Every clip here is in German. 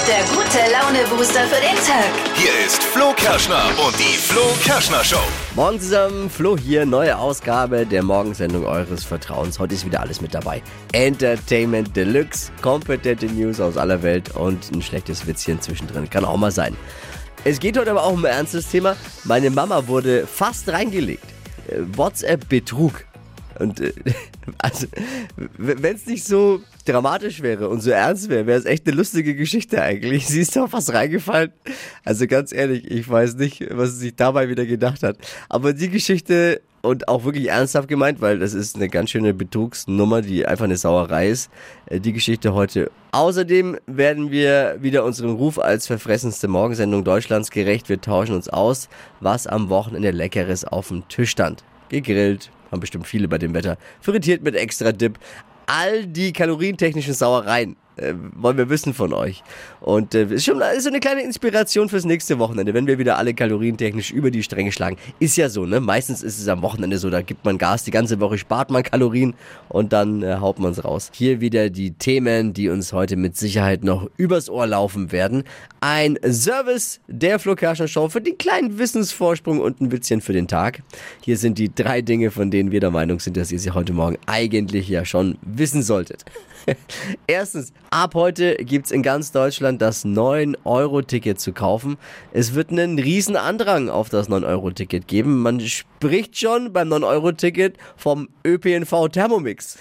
der gute Laune-Booster für den Tag. Hier ist Flo Kerschner und die Flo Kerschner Show. Morgen zusammen, Flo hier, neue Ausgabe der Morgensendung eures Vertrauens. Heute ist wieder alles mit dabei. Entertainment Deluxe, kompetente News aus aller Welt und ein schlechtes Witzchen zwischendrin. Kann auch mal sein. Es geht heute aber auch um ein ernstes Thema. Meine Mama wurde fast reingelegt. WhatsApp-Betrug. Und also, wenn es nicht so dramatisch wäre und so ernst wäre, wäre es echt eine lustige Geschichte eigentlich. Sie ist doch fast reingefallen. Also ganz ehrlich, ich weiß nicht, was sie sich dabei wieder gedacht hat. Aber die Geschichte, und auch wirklich ernsthaft gemeint, weil das ist eine ganz schöne Betrugsnummer, die einfach eine Sauerei ist, die Geschichte heute. Außerdem werden wir wieder unserem Ruf als verfressenste Morgensendung Deutschlands gerecht. Wir tauschen uns aus, was am Wochenende Leckeres auf dem Tisch stand. Gegrillt, haben bestimmt viele bei dem Wetter. Frittiert mit extra Dip. All die kalorientechnischen Sauereien wollen wir wissen von euch. Und ist so eine kleine Inspiration fürs nächste Wochenende, wenn wir wieder alle kalorientechnisch über die Stränge schlagen. Ist ja so, ne? Meistens ist es am Wochenende so, da gibt man Gas, die ganze Woche spart man Kalorien und dann haut man es raus. Hier wieder die Themen, die uns heute mit Sicherheit noch übers Ohr laufen werden. Ein Service der Flo Kerschner Show für den kleinen Wissensvorsprung und ein Witzchen für den Tag. Hier sind die 3 Dinge, von denen wir der Meinung sind, dass ihr sie heute Morgen eigentlich ja schon wissen solltet. Erstens, ab heute gibt's in ganz Deutschland das 9-Euro-Ticket zu kaufen. Es wird einen riesen Andrang auf das 9-Euro-Ticket geben. Man spricht schon beim 9-Euro-Ticket vom ÖPNV-Thermomix.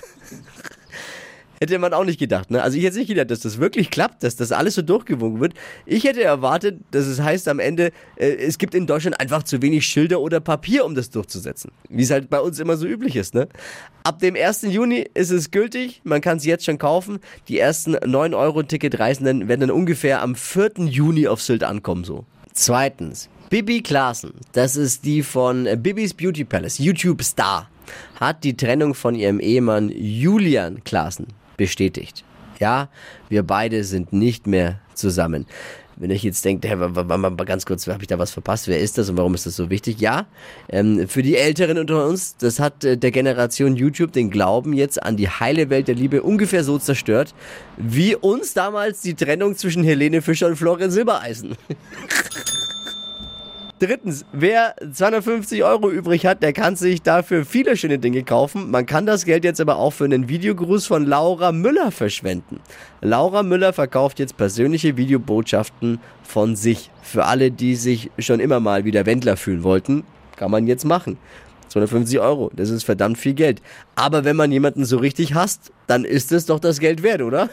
Hätte man auch nicht gedacht, ne? Also ich hätte nicht gedacht, dass das wirklich klappt, dass das alles so durchgewunken wird. Ich hätte erwartet, dass es heißt am Ende, es gibt in Deutschland einfach zu wenig Schilder oder Papier, um das durchzusetzen. Wie es halt bei uns immer so üblich ist, ne? Ab dem 1. Juni ist es gültig, man kann es jetzt schon kaufen. Die ersten 9-Euro-Ticket-Reisenden werden dann ungefähr am 4. Juni auf Sylt ankommen, so. Zweitens, Bibi Klaassen, das ist die von Bibis Beauty Palace, YouTube-Star, hat die Trennung von ihrem Ehemann Julian Klaassen bestätigt. Ja, wir beide sind nicht mehr zusammen. Wenn ihr jetzt denkt, hey, ganz kurz, habe ich da was verpasst? Wer ist das und warum ist das so wichtig? Ja, für die Älteren unter uns, das hat der Generation YouTube den Glauben jetzt an die heile Welt der Liebe ungefähr so zerstört, wie uns damals die Trennung zwischen Helene Fischer und Florian Silbereisen. Drittens, wer 250 € übrig hat, der kann sich dafür viele schöne Dinge kaufen. Man kann das Geld jetzt aber auch für einen Videogruß von Laura Müller verschwenden. Laura Müller verkauft jetzt persönliche Videobotschaften von sich. Für alle, die sich schon immer mal wieder Wendler fühlen wollten, kann man jetzt machen. 250 €, das ist verdammt viel Geld. Aber wenn man jemanden so richtig hasst, dann ist es doch das Geld wert, oder?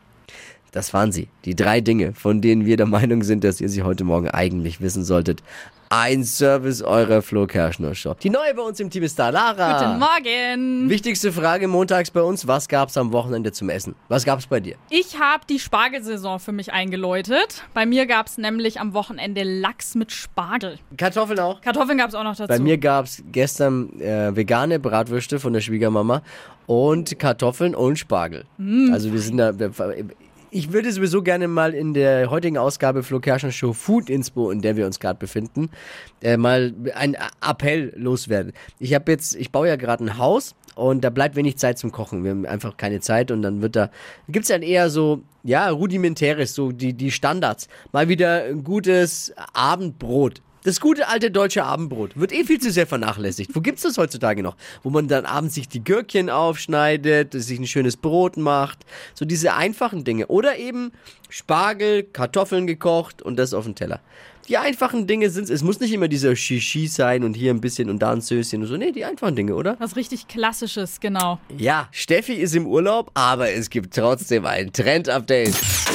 Das waren sie, die 3 Dinge, von denen wir der Meinung sind, dass ihr sie heute Morgen eigentlich wissen solltet. Ein Service eurer Flo Kerschner Show. Die neue bei uns im Team ist da, Lara. Guten Morgen. Wichtigste Frage montags bei uns, was gab's am Wochenende zum Essen? Was gab's bei dir? Ich habe die Spargelsaison für mich eingeläutet. Bei mir gab es nämlich am Wochenende Lachs mit Spargel. Kartoffeln auch? Kartoffeln gab es auch noch dazu. Bei mir gab's gestern vegane Bratwürste von der Schwiegermama und Kartoffeln und Spargel. Also wir sind da... Ich würde sowieso gerne mal in der heutigen Ausgabe Flo Kerschner Show Food Inspo, in der wir uns gerade befinden, mal einen Appell loswerden. Ich baue ja gerade ein Haus und da bleibt wenig Zeit zum Kochen. Wir haben einfach keine Zeit und dann gibt's dann eher so, ja, rudimentäres, so die Standards. Mal wieder ein gutes Abendbrot. Das gute alte deutsche Abendbrot wird viel zu sehr vernachlässigt. Wo gibt's das heutzutage noch? Wo man dann abends sich die Gürkchen aufschneidet, sich ein schönes Brot macht. So diese einfachen Dinge. Oder eben Spargel, Kartoffeln gekocht und das auf den Teller. Die einfachen Dinge sind's. Es muss nicht immer dieser Shishi sein und hier ein bisschen und da ein Söschen und so. Nee, die einfachen Dinge, oder? Was richtig Klassisches, genau. Ja, Steffi ist im Urlaub, aber es gibt trotzdem ein Trend-Update.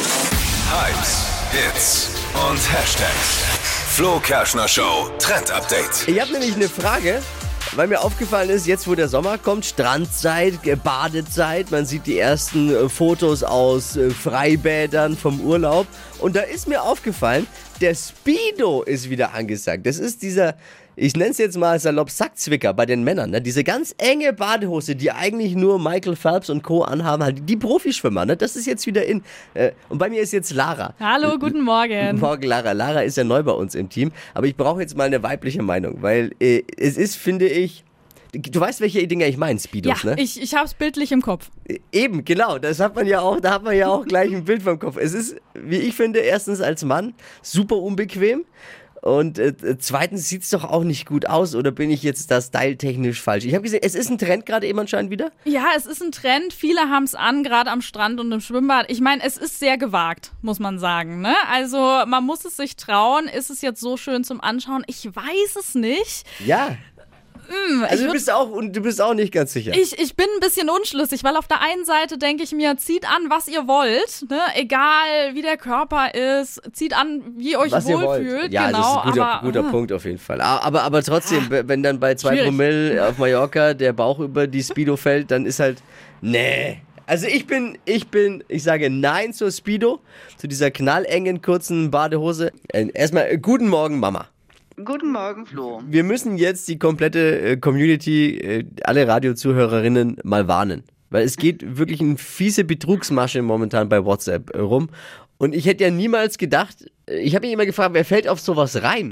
Hypes, Hits und Hashtags. Flo Kerschner Show Trend Update. Ich habe nämlich eine Frage, weil mir aufgefallen ist, jetzt wo der Sommer kommt, Strandzeit, Badezeit, man sieht die ersten Fotos aus Freibädern vom Urlaub und da ist mir aufgefallen, der Speedo ist wieder angesagt. Das ist dieser, ich nenne es jetzt mal salopp Sackzwicker bei den Männern, ne? Diese ganz enge Badehose, die eigentlich nur Michael Phelps und Co. anhaben, halt die Profischwimmer, ne? Das ist jetzt wieder in. Und bei mir ist jetzt Lara. Hallo, guten Morgen. Guten Morgen, Lara. Lara ist ja neu bei uns im Team, aber ich brauche jetzt mal eine weibliche Meinung, weil es ist, finde ich, Du weißt, welche Dinger ich meine, Speedos, Ja, ne? ich hab's bildlich im Kopf. Eben, genau. Da hat man ja auch gleich ein Bild vom Kopf. Es ist, wie ich finde, erstens als Mann super unbequem. Und zweitens sieht es doch auch nicht gut aus, oder bin ich jetzt da styletechnisch falsch? Ich habe gesehen, es ist ein Trend gerade eben anscheinend wieder. Ja, es ist ein Trend. Viele haben es an, gerade am Strand und im Schwimmbad. Ich meine, es ist sehr gewagt, muss man sagen. Ne? Also man muss es sich trauen. Ist es jetzt so schön zum Anschauen? Ich weiß es nicht. Ja. Also du bist auch nicht ganz sicher. Ich bin ein bisschen unschlüssig, weil auf der einen Seite denke ich mir, zieht an, was ihr wollt, ne? Egal wie der Körper ist, zieht an, wie ihr euch wohlfühlt. Ja, genau, das ist ein guter Punkt auf jeden Fall. Aber trotzdem, wenn dann bei 2 Promille auf Mallorca der Bauch über die Speedo fällt, dann ist halt, nee. Also ich sage Nein zur Speedo, zu dieser knallengen, kurzen Badehose. Erstmal, guten Morgen, Mama. Guten Morgen, Flo. Wir müssen jetzt die komplette Community, alle Radiozuhörerinnen mal warnen. Weil es geht wirklich eine fiese Betrugsmasche momentan bei WhatsApp rum. Und ich hätte ja niemals gedacht, ich habe mich immer gefragt, wer fällt auf sowas rein?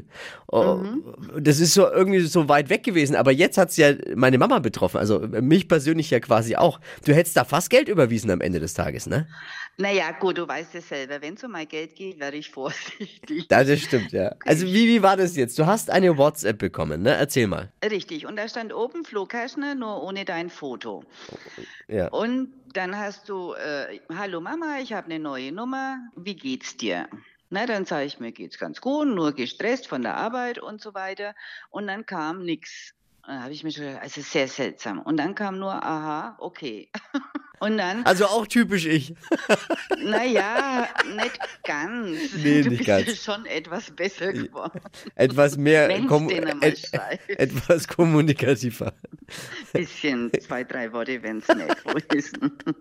Das ist so irgendwie so weit weg gewesen, aber jetzt hat es ja meine Mama betroffen, also mich persönlich ja quasi auch. Du hättest da fast Geld überwiesen am Ende des Tages, ne? Naja, gut, du weißt es selber, wenn es um mein Geld geht, werde ich vorsichtig. Das stimmt, ja. Also wie war das jetzt? Du hast eine WhatsApp bekommen, ne? Erzähl mal. Richtig, und da stand oben Flo Kerschner, nur ohne dein Foto. Ja. Und dann hast du, hallo Mama, ich habe eine neue Nummer, wie geht's dir? Na, dann sage ich, mir geht's ganz gut, nur gestresst von der Arbeit und so weiter. Und dann kam nix. Da habe ich mir schon gedacht, also sehr seltsam. Und dann kam nur, aha, okay. Und dann... Also auch typisch ich. Naja, nicht ganz. Nee, du nicht bist ganz. ja schon etwas besser geworden. Etwas mehr, etwas kommunikativer. Bisschen, 2, 3 Worte, wenn es nicht wo ist.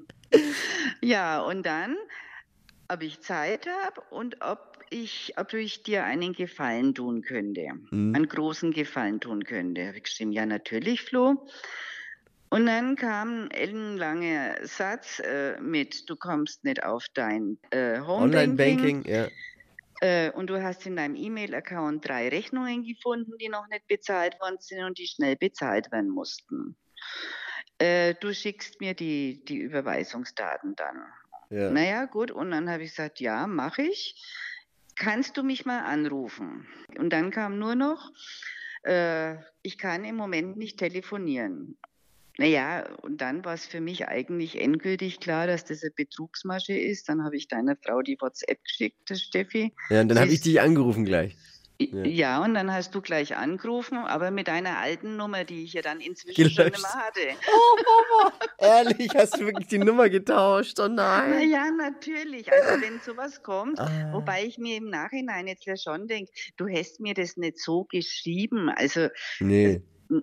Ja, und dann, ob ich Zeit habe und ob ich dir einen Gefallen tun könnte, einen großen Gefallen tun könnte. Habe ich geschrieben, ja natürlich, Flo. Und dann kam ein ellenlanger Satz mit, du kommst nicht auf dein Online-Banking, ja. Und du hast in deinem E-Mail-Account 3 Rechnungen gefunden, die noch nicht bezahlt worden sind und die schnell bezahlt werden mussten. Du schickst mir die Überweisungsdaten dann. Ja. Naja, gut, und dann habe ich gesagt, ja, mache ich. Kannst du mich mal anrufen? Und dann kam nur noch, ich kann im Moment nicht telefonieren. Naja, und dann war es für mich eigentlich endgültig klar, dass das eine Betrugsmasche ist. Dann habe ich deiner Frau die WhatsApp geschickt, das Steffi. Ja, und dann habe ich dich angerufen gleich. Ja, und dann hast du gleich angerufen, aber mit deiner alten Nummer, die ich ja dann inzwischen schon nicht mehr hatte. Oh, Mama, ehrlich, hast du wirklich die Nummer getauscht? Oh nein. Na ja, natürlich. Also wenn sowas kommt, wobei ich mir im Nachhinein jetzt ja schon denke, du hast mir das nicht so geschrieben. Also nee.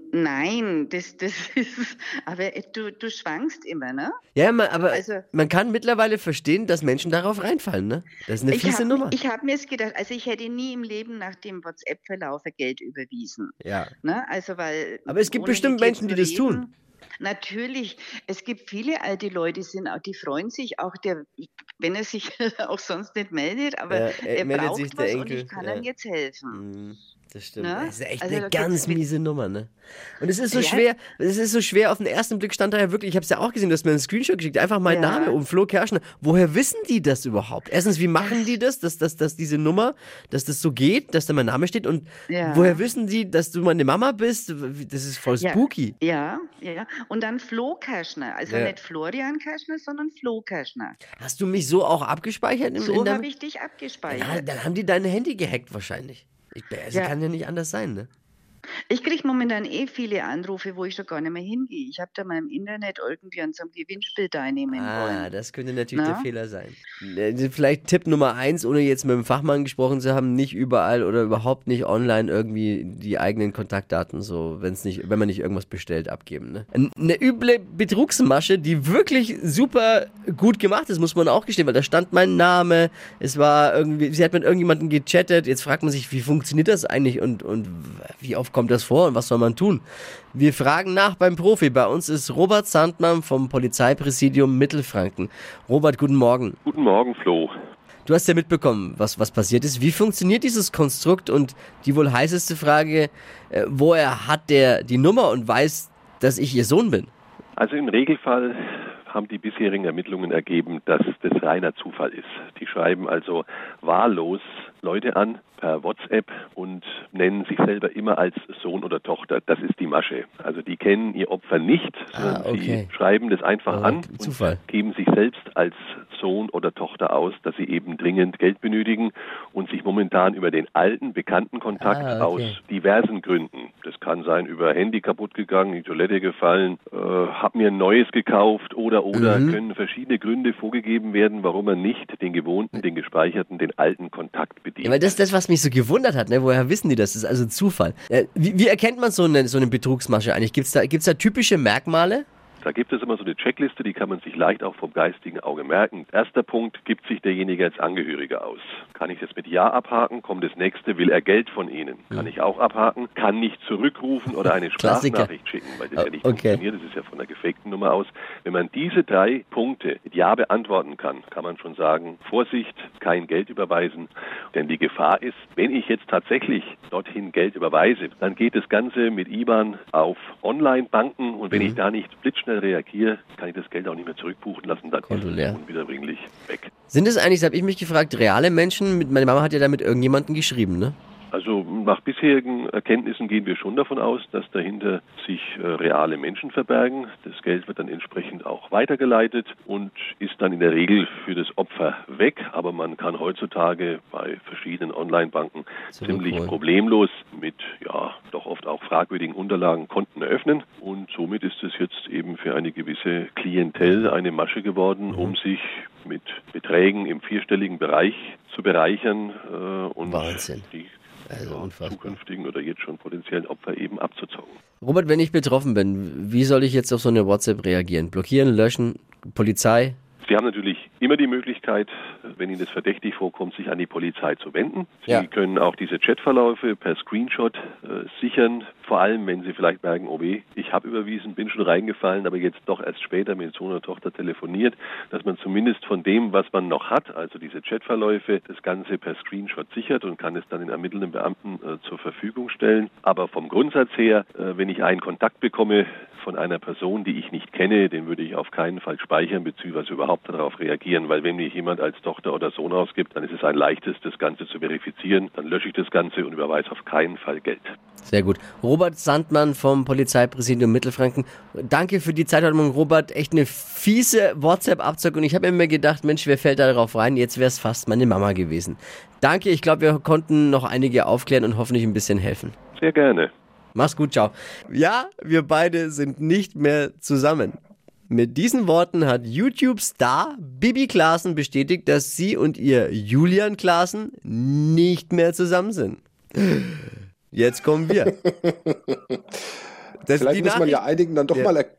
Nein, das ist, aber du schwankst immer, ne? Ja, aber man kann mittlerweile verstehen, dass Menschen darauf reinfallen, ne? Das ist eine fiese Nummer. Ich habe mir es gedacht, also ich hätte nie im Leben nach dem WhatsApp-Verlauf Geld überwiesen. Ja. Ne? Also weil. Aber es gibt bestimmt Menschen, die das tun. Natürlich, es gibt viele alte Leute, die freuen sich auch, wenn er sich auch sonst nicht meldet, aber er braucht sich was und ich kann ihm jetzt helfen. Das stimmt. Ne? Das ist echt also eine ganz miese Nummer, ne? Und es ist so schwer, auf den ersten Blick stand da ja wirklich, ich habe es ja auch gesehen, du hast mir einen Screenshot geschickt, einfach mein Name um Flo Kerschner. Woher wissen die das überhaupt? Erstens, wie machen die das, dass diese Nummer, dass das so geht, dass da mein Name steht und woher wissen die, dass du meine Mama bist? Das ist voll spooky. Ja. Und dann Flo Kerschner, also nicht Florian Kerschner, sondern Flo Kerschner. Hast du mich so auch abgespeichert? So habe ich dich abgespeichert. Ja, dann haben die deine Handy gehackt wahrscheinlich. Kann ja nicht anders sein, ne? Ich kriege momentan viele Anrufe, wo ich schon gar nicht mehr hingehe. Ich habe da mal im Internet irgendwie an so einem Gewinnspiel teilnehmen wollen. Das könnte natürlich der Fehler sein. Vielleicht Tipp Nummer 1, ohne jetzt mit dem Fachmann gesprochen zu haben, nicht überall oder überhaupt nicht online irgendwie die eigenen Kontaktdaten, so wenn man nicht irgendwas bestellt, abgeben. Ne? Eine üble Betrugsmasche, die wirklich super gut gemacht ist, muss man auch gestehen, weil da stand mein Name, es war irgendwie, sie hat mit irgendjemandem gechattet, jetzt fragt man sich, wie funktioniert das eigentlich und wie oft kommt das vor und was soll man tun? Wir fragen nach beim Profi. Bei uns ist Robert Sandmann vom Polizeipräsidium Mittelfranken. Robert, guten Morgen. Guten Morgen, Flo. Du hast ja mitbekommen, was passiert ist. Wie funktioniert dieses Konstrukt? Und die wohl heißeste Frage, woher hat der die Nummer und weiß dass ich ihr Sohn bin? Also im Regelfall haben die bisherigen Ermittlungen ergeben, dass das reiner Zufall ist. Die schreiben also wahllos Leute an per WhatsApp und nennen sich selber immer als Sohn oder Tochter. Das ist die Masche. Also die kennen ihr Opfer nicht, sondern sie schreiben das einfach an Zufall. und geben sich selbst als Sohn oder Tochter aus, dass sie eben dringend Geld benötigen und sich momentan über den alten, bekannten Kontakt aus diversen Gründen, das kann sein über Handy kaputt gegangen, in die Toilette gefallen, hab mir ein neues gekauft oder können verschiedene Gründe vorgegeben werden, warum man nicht den gewohnten, den gespeicherten, den alten Kontakt bedient. Ja, weil das ist das, was mich so gewundert hat, ne? Woher wissen die das? Das ist also Zufall. Wie erkennt man so eine Betrugsmasche eigentlich? Gibt's da typische Merkmale? Da gibt es immer so eine Checkliste, die kann man sich leicht auch vom geistigen Auge merken. Erster Punkt, gibt sich derjenige als Angehöriger aus? Kann ich das mit Ja abhaken? Kommt das nächste, will er Geld von Ihnen? Kann ich auch abhaken? Kann nicht zurückrufen oder eine Sprachnachricht schicken, weil das ja nicht funktioniert, das ist ja von der gefakten Nummer aus. Wenn man diese 3 Punkte mit Ja beantworten kann, kann man schon sagen, Vorsicht, kein Geld überweisen. Denn die Gefahr ist, wenn ich jetzt tatsächlich dorthin Geld überweise, dann geht das Ganze mit IBAN auf Online-Banken und wenn ich da nicht blitzschnell reagiere, kann ich das Geld auch nicht mehr zurückbuchen lassen, dann ist es unwiederbringlich weg. Sind es eigentlich, das habe ich mich gefragt, reale Menschen? Meine Mama hat ja da mit irgendjemandem geschrieben, ne? Also nach bisherigen Erkenntnissen gehen wir schon davon aus, dass dahinter sich reale Menschen verbergen. Das Geld wird dann entsprechend auch weitergeleitet und ist dann in der Regel für das Opfer weg. Aber man kann heutzutage bei verschiedenen Online-Banken ziemlich problemlos mit doch oft auch fragwürdigen Unterlagen Konten eröffnen. Und somit ist es jetzt eben für eine gewisse Klientel eine Masche geworden, um sich mit Beträgen im 4-stelligen Bereich zu bereichern und die zukünftigen oder jetzt schon potenziellen Opfer eben abzuzocken. Robert, wenn ich betroffen bin, wie soll ich jetzt auf so eine WhatsApp reagieren? Blockieren, löschen, Polizei? Sie haben natürlich immer die Möglichkeit, wenn Ihnen das verdächtig vorkommt, sich an die Polizei zu wenden. Sie können auch diese Chatverläufe per Screenshot sichern, vor allem wenn Sie vielleicht merken, oh weh, ich habe überwiesen, bin schon reingefallen, aber jetzt doch erst später mit Sohn oder Tochter telefoniert, dass man zumindest von dem, was man noch hat, also diese Chatverläufe, das Ganze per Screenshot sichert und kann es dann den ermittelnden Beamten zur Verfügung stellen. Aber vom Grundsatz her, wenn ich einen Kontakt bekomme von einer Person, die ich nicht kenne, den würde ich auf keinen Fall speichern bzw. überhaupt darauf reagieren, weil wenn mich jemand als Tochter oder Sohn ausgibt, dann ist es ein leichtes, das Ganze zu verifizieren. Dann lösche ich das Ganze und überweise auf keinen Fall Geld. Sehr gut. Robert Sandmann vom Polizeipräsidium Mittelfranken. Danke für die Zeit heute Morgen, Robert. Echt eine fiese WhatsApp-Abzocke und ich habe mir gedacht, Mensch, wer fällt da darauf rein? Jetzt wäre es fast meine Mama gewesen. Danke, ich glaube, wir konnten noch einige aufklären und hoffentlich ein bisschen helfen. Sehr gerne. Mach's gut, ciao. Ja, wir beide sind nicht mehr zusammen. Mit diesen Worten hat YouTube-Star Bibi Klaassen bestätigt, dass sie und ihr Julian Klaassen nicht mehr zusammen sind. Jetzt kommen wir. Vielleicht muss man ja einigen dann doch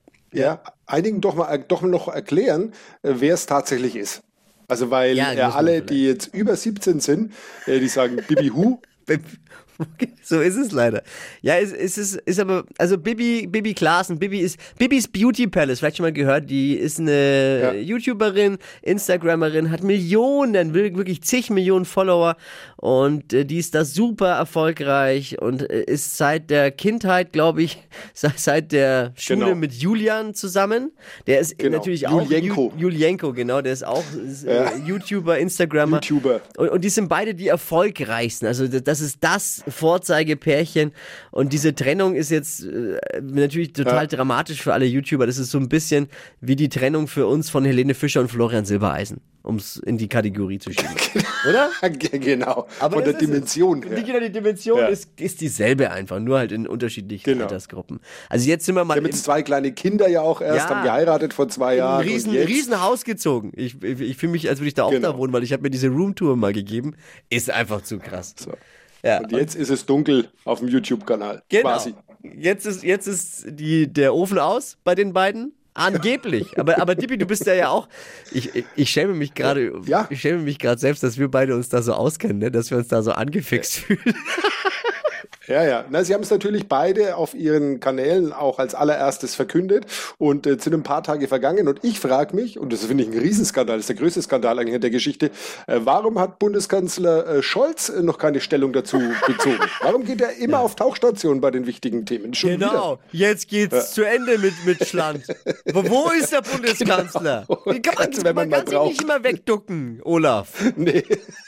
doch noch erklären, wer es tatsächlich ist. Also weil alle, die jetzt über 17 sind, die sagen Bibi Hu. So ist es leider. Ja, es ist aber, also Bibi Klaassen, Bibis Beauty Palace, vielleicht schon mal gehört, die ist eine YouTuberin, Instagrammerin, hat Millionen, wirklich zig Millionen Follower und die ist da super erfolgreich und ist seit der Kindheit, glaube ich, seit der Schule mit Julian zusammen. Der ist natürlich auch Julienko, genau, der ist auch YouTuber, Instagrammer. Und die sind beide die erfolgreichsten, also das ist das Vorzeigepärchen und diese Trennung ist jetzt natürlich total dramatisch für alle YouTuber. Das ist so ein bisschen wie die Trennung für uns von Helene Fischer und Florian Silbereisen, um es in die Kategorie zu schieben. Oder? Genau, aber von der Dimension her. Die Dimension ist dieselbe einfach, nur halt in unterschiedlichen Altersgruppen. Also jetzt sind wir mal... Wir haben jetzt 2 kleine Kinder ja auch erst, haben geheiratet vor 2 Jahren. Riesen Haus gezogen. Ich fühle mich, als würde ich da auch da wohnen, weil ich habe mir diese Roomtour mal gegeben. Ist einfach zu krass. So. Ja, und jetzt ist es dunkel auf dem YouTube-Kanal. Genau. Quasi. Jetzt ist der Ofen aus bei den beiden. Angeblich. Aber Dippi, du bist ja auch. Ich schäme mich gerade. Ja. Ich schäme mich gerade selbst, dass wir beide uns da so auskennen, ne? Dass wir uns da so angefixt fühlen. Ja. Na, sie haben es natürlich beide auf ihren Kanälen auch als allererstes verkündet und sind ein paar Tage vergangen und ich frage mich, und das finde ich ein Riesenskandal, das ist der größte Skandal eigentlich in der Geschichte, warum hat Bundeskanzler Scholz noch keine Stellung dazu bezogen? Warum geht er immer auf Tauchstationen bei den wichtigen Themen? Schon genau, wieder. Jetzt geht's zu Ende mit Schland. Wo ist der Bundeskanzler? Genau. Wie kann man kann sich nicht immer wegducken, Olaf. Nee.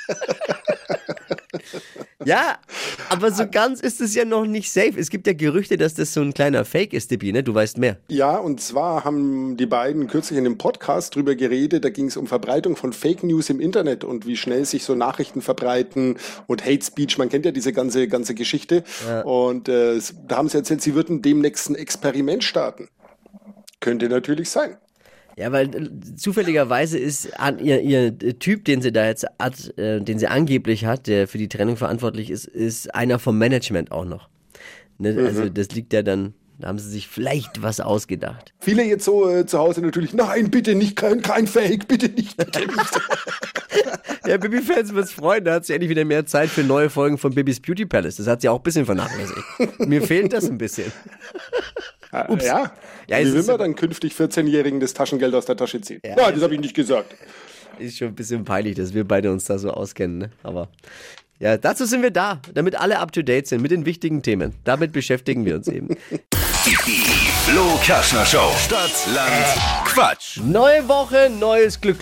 Ja, aber so ganz ist es ja noch nicht safe. Es gibt ja Gerüchte, dass das so ein kleiner Fake ist, Dippi, ne? Du weißt mehr. Ja, und zwar haben die beiden kürzlich in einem Podcast drüber geredet, da ging es um Verbreitung von Fake News im Internet und wie schnell sich so Nachrichten verbreiten und Hate Speech, man kennt ja diese ganze Geschichte. Ja. Und da haben sie erzählt, sie würden demnächst ein Experiment starten. Könnte natürlich sein. Ja, weil zufälligerweise ist ihr Typ, den sie da jetzt hat, den sie angeblich hat, der für die Trennung verantwortlich ist einer vom Management auch noch. Ne? Also das liegt ja dann, da haben sie sich vielleicht was ausgedacht. Viele jetzt so zu Hause natürlich, nein, bitte nicht, kein Fake, bitte nicht. Ja, Bibi-Fans wird's freuen, da hat sie endlich wieder mehr Zeit für neue Folgen von Bibis Beauty Palace. Das hat sie auch ein bisschen vernachlässigt. Mir fehlt das ein bisschen. Ups. Ja, wie will man dann künftig 14-Jährigen das Taschengeld aus der Tasche ziehen? Ja, nein, das habe ich nicht gesagt. Ist schon ein bisschen peinlich, dass wir beide uns da so auskennen, ne? Aber ja, dazu sind wir da, damit alle up-to-date sind mit den wichtigen Themen. Damit beschäftigen wir uns eben. Die Flo Kerschner Show. Stadt, Land, Quatsch. Neue Woche, neues Glück.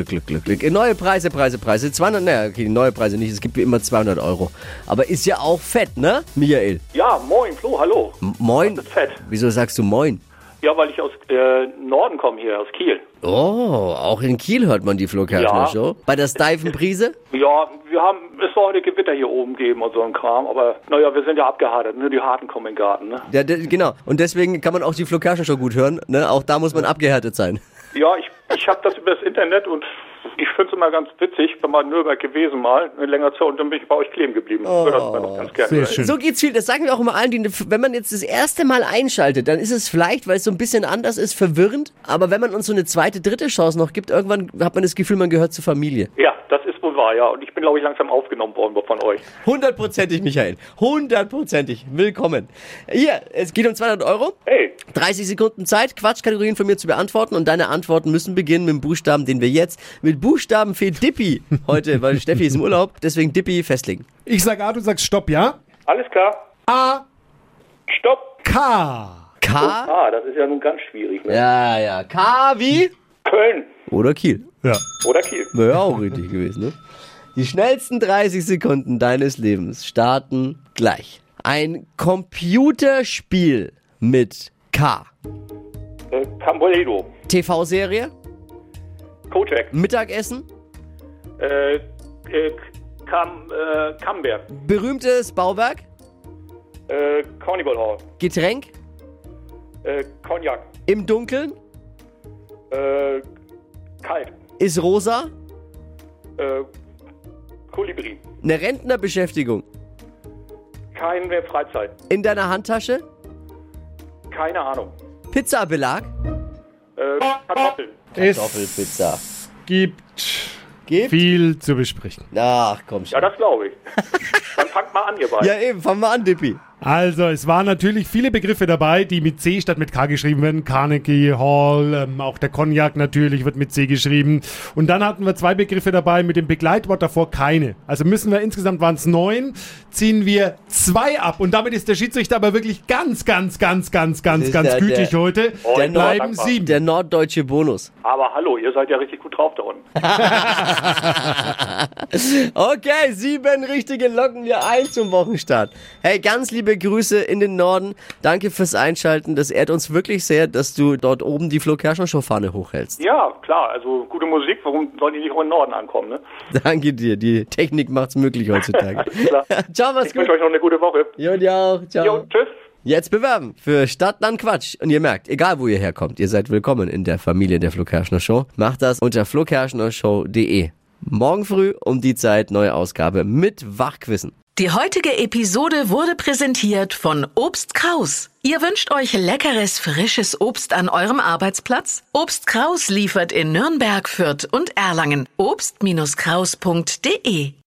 Neue Preise. 200, okay, neue Preise nicht, es gibt wie immer 200 €. Aber ist ja auch fett, ne, Michael? Ja, moin, Flo, hallo. Moin? Das ist fett. Wieso sagst du moin? Ja, weil ich aus Norden komme hier, aus Kiel. Oh, auch in Kiel hört man die Flo Kerschner Show. Bei der steifen Brise? Ja, es soll heute Gewitter hier oben geben und so ein Kram, aber naja, wir sind ja abgehärtet, ne? Die Harten kommen in den Garten, ne? Ja, genau. Und deswegen kann man auch die Flo Kerschner Show gut hören, ne? Auch da muss man abgehärtet sein. Ja, ich habe das über das Internet und ich finde es immer ganz witzig, bin mal in Nürnberg gewesen mal, eine längere Zeit und dann bin ich bei euch kleben geblieben. Oh, das war noch ganz gerne. So geht's viel, das sagen wir auch immer allen, wenn man jetzt das erste Mal einschaltet, dann ist es vielleicht, weil es so ein bisschen anders ist, verwirrend, aber wenn man uns so eine zweite, dritte Chance noch gibt, irgendwann hat man das Gefühl, man gehört zur Familie. Ja, das ist wohl wahr, ja, und ich bin, glaube ich, langsam aufgenommen worden von euch. 100%, Michael, 100%, willkommen. Hier, es geht um 200 €. Hey. 30 Sekunden Zeit, Quatschkategorien von mir zu beantworten und deine Antworten müssen beginnen mit dem Buchstaben, den wir jetzt mit Buchstaben für Dippi heute, weil Steffi ist im Urlaub, deswegen Dippi festlegen. Ich sag A, du sagst Stopp, ja? Alles klar. A. Stopp. K. K? Ah, das ist ja nun ganz schwierig, ne? Ja. K wie? Köln. Oder Kiel. Ja. Oder Kiel. Wäre auch richtig gewesen, ne? Die schnellsten 30 Sekunden deines Lebens starten gleich. Ein Computerspiel mit K. Camboledo. TV-Serie? Kojak. Mittagessen? Camembert. Berühmtes Bauwerk? Carnival Hall. Getränk? Cognac. Im Dunkeln? Kalt. Ist rosa? Kolibri. Eine Rentnerbeschäftigung? Keine Freizeit. In deiner Handtasche? Keine Ahnung. Pizzabelag? Kartoffeln. Kartoffelpizza. Gibt viel zu besprechen. Ach, komm schon. Ja, das glaube ich. Dann fangt mal an, ihr beiden. Ja, eben, fangen wir an, Dippi. Also, es waren natürlich viele Begriffe dabei, die mit C statt mit K geschrieben werden. Carnegie Hall, auch der Cognac natürlich wird mit C geschrieben. Und dann hatten wir 2 Begriffe dabei, mit dem Begleitwort davor keine. Also müssen wir, insgesamt waren es 9, ziehen wir 2 ab. Und damit ist der Schiedsrichter aber wirklich ganz gütig heute. Der bleiben 7. Der norddeutsche Bonus. Aber hallo, ihr seid ja richtig gut drauf da unten. Okay, 7 richtige locken wir ein zum Wochenstart. Hey, ganz liebe Grüße in den Norden. Danke fürs Einschalten. Das ehrt uns wirklich sehr, dass du dort oben die Flo Kerschner Show Fahne hochhältst. Ja, klar. Also gute Musik, warum soll die nicht auch im Norden ankommen, ne? Danke dir. Die Technik macht's möglich heutzutage. Klar. Ciao, mach's gut. Ich wünsche euch noch eine gute Woche. Jo, dir auch. Ciao. Jo, tschüss. Jetzt bewerben für Stadt, Land, Quatsch. Und ihr merkt, egal wo ihr herkommt, ihr seid willkommen in der Familie der Flo Kerschner Show. Macht das unter flokerschnershow.de. Morgen früh um die Zeit neue Ausgabe mit Wachquissen. Die heutige Episode wurde präsentiert von Obst Kraus. Ihr wünscht euch leckeres, frisches Obst an eurem Arbeitsplatz? Obst Kraus liefert in Nürnberg, Fürth und Erlangen. Obst-Kraus.de